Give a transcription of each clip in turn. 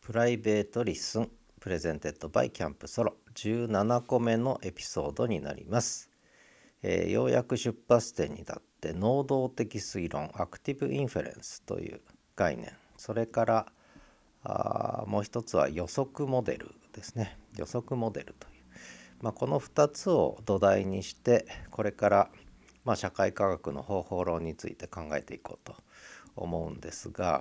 プライベートリッスンプレゼンテッドバイキャンプソロ17個目のエピソードになります。ようやく出発点に立って能動的推論アクティブインフェレンスという概念、それからもう一つは予測モデルですね。予測モデルという、この2つを土台にしてこれから、社会科学の方法論について考えていこうと思うんですが、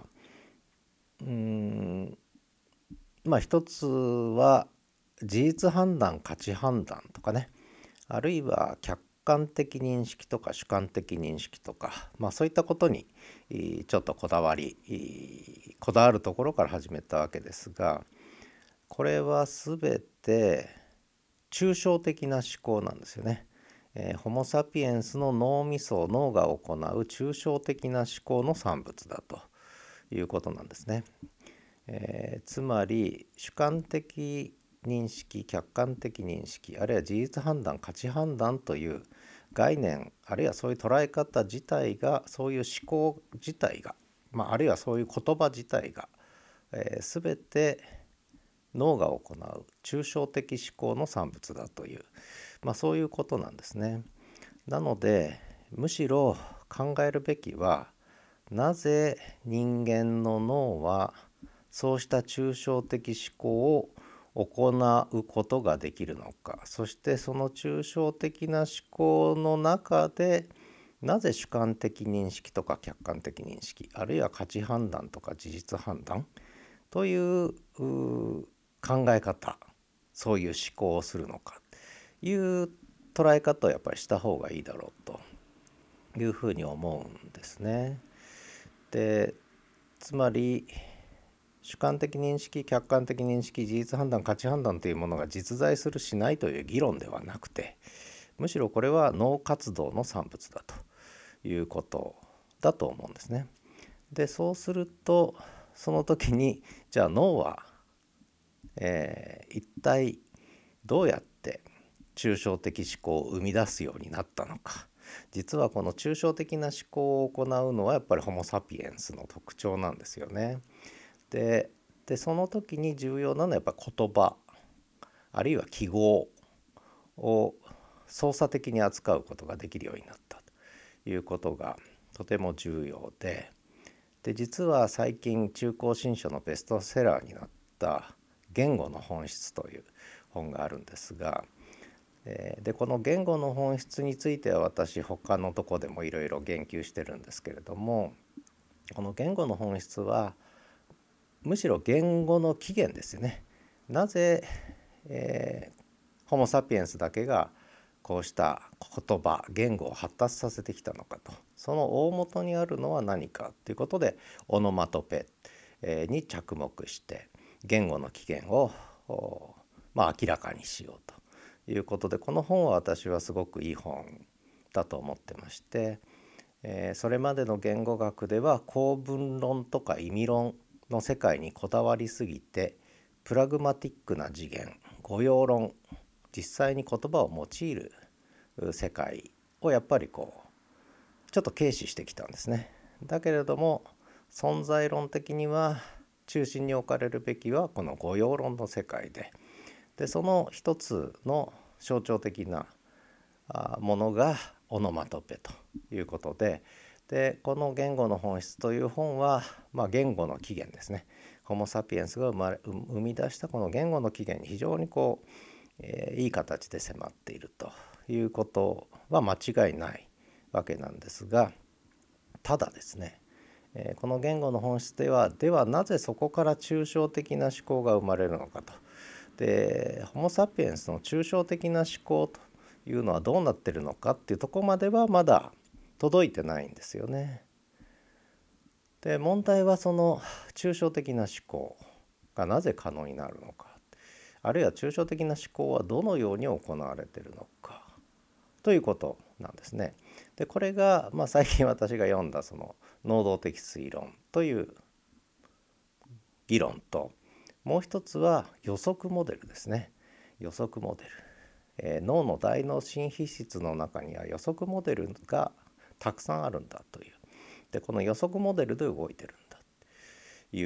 一つは事実判断価値判断とかね、あるいは客観的認識とか主観的認識とか、そういったことにちょっとこだわるところから始めたわけですが、これは全て抽象的な思考なんですよね。ホモ・サピエンスの脳みそ脳が行う抽象的な思考の産物だということなんですね。つまり主観的認識、客観的認識、あるいは事実判断、価値判断という概念、あるいはそういう捉え方自体が、そういう思考自体が、あるいはそういう言葉自体が、全て脳が行う抽象的思考の産物だという、そういうことなんですね。なのでむしろ考えるべきは、なぜ人間の脳はそうした抽象的思考を行うことができるのか、そしてその抽象的な思考の中でなぜ主観的認識とか客観的認識、あるいは価値判断とか事実判断という考え方、そういう思考をするのかという捉え方をやっぱりした方がいいだろうというふうに思うんですね。で、つまり主観的認識、客観的認識、事実判断、価値判断というものが実在するしないという議論ではなくて、むしろこれは脳活動の産物だということだと思うんですね。で、そうするとその時に、じゃあ脳は、一体どうやって抽象的思考を生み出すようになったのか。実はこの抽象的な思考を行うのはやっぱりホモ・サピエンスの特徴なんですよね。でその時に重要なのはやっぱ言葉、あるいは記号を操作的に扱うことができるようになったということがとても重要で、実は最近中高新書のベストセラーになった言語の本質という本があるんですが、この言語の本質については私他のとこでもいろいろ言及してるんですけれども、この言語の本質はむしろ言語の起源ですよね。なぜ、ホモ・サピエンスだけがこうした言葉、言語を発達させてきたのかと、その大元にあるのは何かということでオノマトペに着目して言語の起源を明らかにしようということで、この本は私はすごくいい本だと思ってまして、それまでの言語学では構文論とか意味論の世界にこだわりすぎて、プラグマティックな次元、語用論、実際に言葉を用いる世界をやっぱりちょっと軽視してきたんですね。だけれども存在論的には中心に置かれるべきはこの語用論の世界で、その一つの象徴的なものがオノマトペということで、この言語の本質という本は、言語の起源ですね。ホモ・サピエンスが生み出したこの言語の起源に非常にいい形で迫っているということは間違いないわけなんですが、ただですね、この言語の本質ではなぜそこから抽象的な思考が生まれるのかと。ホモ・サピエンスの抽象的な思考というのはどうなってるのかっていうところまではまだ届いてないんですよね。で、問題はその抽象的な思考がなぜ可能になるのか、あるいは抽象的な思考はどのように行われているのかということなんですね。で、これが、最近私が読んだその能動的推論という議論と、もう一つは予測モデルですね。予測モデル、脳の大脳新皮質の中には予測モデルがたくさんあるんだという。で、この予測モデルで動いてるんだという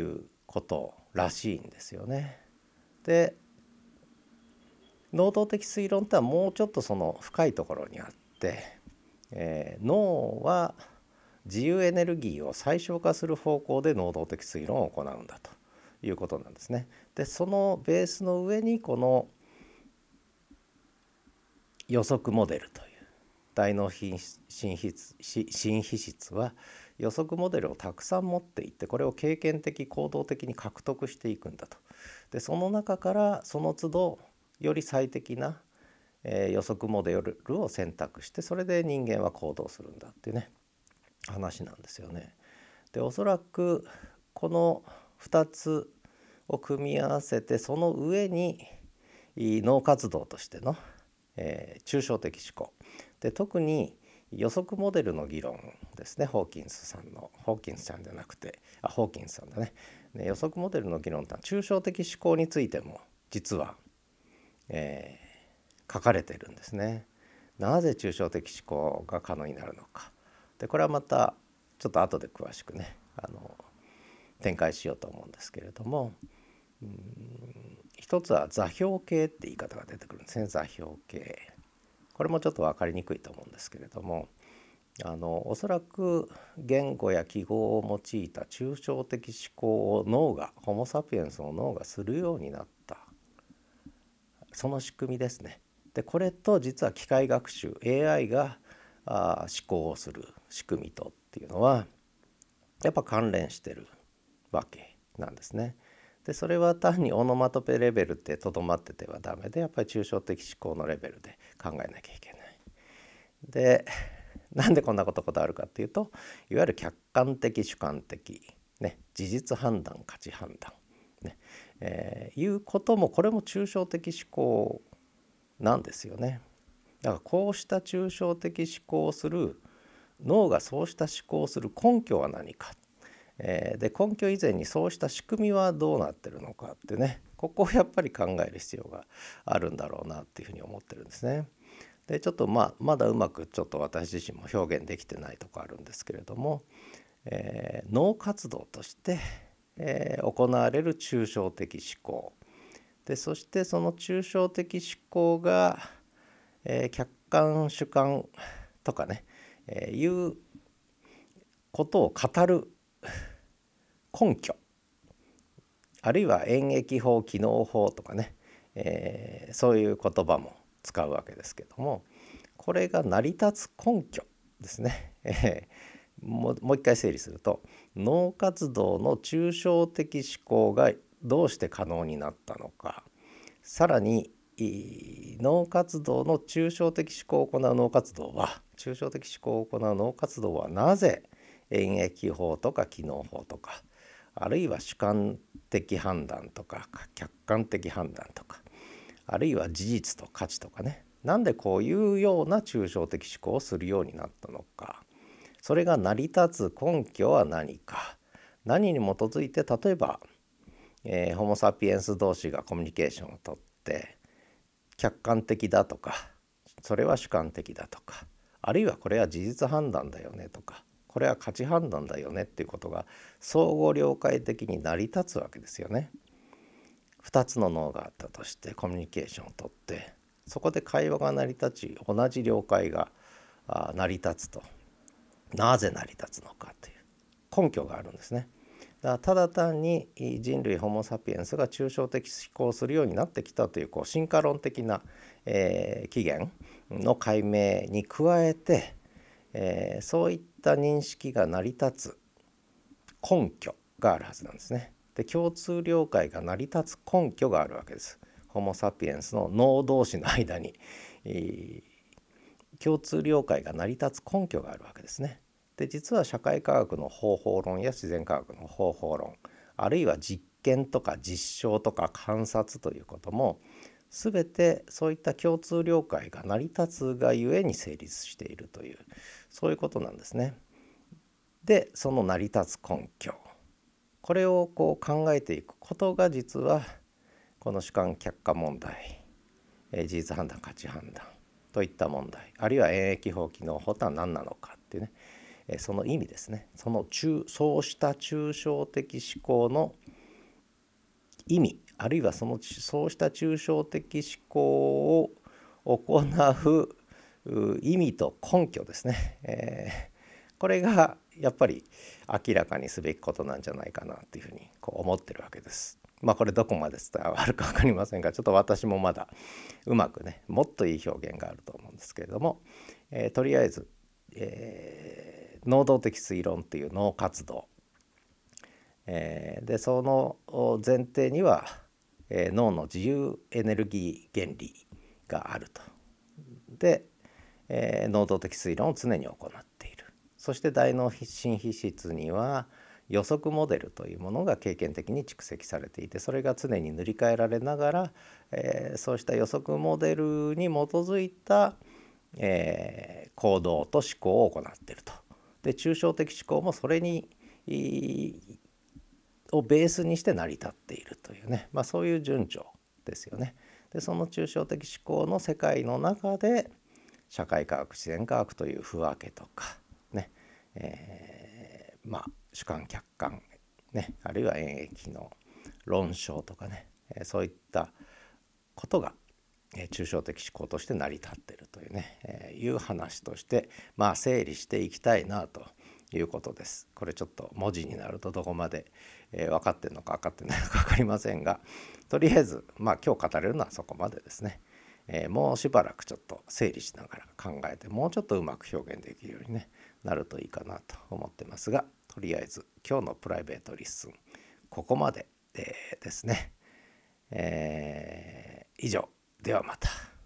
ことらしいんですよね。で能動的推論ってのはもうちょっとその深いところにあって、脳は自由エネルギーを最小化する方向で能動的推論を行うんだということなんですね。でそのベースの上にこの予測モデルという大脳新皮質は予測モデルをたくさん持っていて、これを経験的行動的に獲得していくんだと。でその中からその都度より最適な、予測モデルを選択して、それで人間は行動するんだっていうね話なんですよね。でおそらくこの2つを組み合わせて、その上に脳活動としての、抽象的思考で、特に予測モデルの議論ですね。ホーキンスさんじゃなくてホーキンスさんだね。予測モデルの議論とは抽象的思考についても実は、書かれてるんですね。なぜ抽象的思考が可能になるのか。でこれはまたちょっと後で詳しくね展開しようと思うんですけれども、一つは座標系って言い方が出てくるんですね。座標系、これもちょっと分かりにくいと思うんですけれども、おそらく言語や記号を用いた抽象的思考をホモ・サピエンスの脳がするようになった、その仕組みですね。でこれと実は機械学習 AI が思考をする仕組みとっていうのはやっぱ関連してるわけなんですね。でそれは単にオノマトペレベルってとどまっててはダメで、やっぱり抽象的思考のレベルで考えなきゃいけない。でなんでこんなことあるかっていうと、いわゆる客観的主観的、ね、事実判断価値判断、ねいうことも、これも抽象的思考なんですよね。だからこうした抽象的思考をする脳がそうした思考をする根拠は何か、で根拠以前にそうした仕組みはどうなってるのかってね、ここをやっぱり考える必要があるんだろうなっていうふうに思ってるんですね。でちょっとまだうまくちょっと私自身も表現できてないとこあるんですけれども、脳活動として、行われる抽象的思考で、そしてその抽象的思考が、客観主観とかね、いうことを語る根拠、あるいは演劇法機能法とかね、そういう言葉も使うわけですけども、これが成り立つ根拠ですね。もう一回整理すると、脳活動の抽象的思考がどうして可能になったのか、さらに脳活動の抽象的思考を行う脳活動はなぜ演疫法とか機能法とか、あるいは主観的判断とか客観的判断とか、あるいは事実と価値とかね、なんでこういうような抽象的思考をするようになったのか、それが成り立つ根拠は何か、何に基づいて、例えば、ホモ・サピエンス同士がコミュニケーションをとって客観的だとか、それは主観的だとか、あるいはこれは事実判断だよねとか、これは価値判断だよねっていうことが相互了解的に成り立つわけですよね。2つの脳があったとしてコミュニケーションをとって、そこで会話が成り立ち、同じ了解が成り立つと、なぜ成り立つのかという根拠があるんですね。だからただ単に人類ホモ・サピエンスが抽象的思考をするようになってきたという、進化論的な、起源の解明に加えて、そういった認識が成り立つ根拠があるはずなんですね。で共通了解が成り立つ根拠があるわけです。ホモ・サピエンスの脳同士の間に、共通了解が成り立つ根拠があるわけですね。で実は社会科学の方法論や自然科学の方法論、あるいは実験とか実証とか観察ということも、全てそういった共通了解が成り立つがゆえに成立しているという、そういうことなんですね。でその成り立つ根拠、これを考えていくことが、実はこの主観客観問題、事実判断価値判断といった問題、あるいは演疫法機能法とは何なのかっていうね、その意味ですね。そうした抽象的思考の意味、あるいはそうした抽象的思考を行う意味と根拠ですね、これがやっぱり明らかにすべきことなんじゃないかなっていうふうに思ってるわけです。これどこまで伝わるか分かりませんが、ちょっと私もまだうまくね、もっといい表現があると思うんですけれども、とりあえず、能動的推論っていう脳活動、でその前提には、脳の自由エネルギー原理があると。で、能動的推論を常に行っている。そして大脳新皮質には予測モデルというものが経験的に蓄積されていて、それが常に塗り替えられながら、そうした予測モデルに基づいた、行動と思考を行っていると。で抽象的思考もそれにをベースにして成り立っているというね、そういう順序ですよね。でその抽象的思考の世界の中で社会科学自然科学という不分けとかね、主観客観ね、あるいは演疫の論証とかね、そういったことが抽象的思考として成り立っているというね、いう話として整理していきたいなということです。これちょっと文字になるとどこまで、分かってるのか分かってないのか分かりませんが、とりあえず今日語れるのはそこまでですね。もうしばらくちょっと整理しながら考えて、もうちょっとうまく表現できるように、なるといいかなと思ってますが、とりあえず今日のプライベートリッスンここまで、ですね。以上ではまた。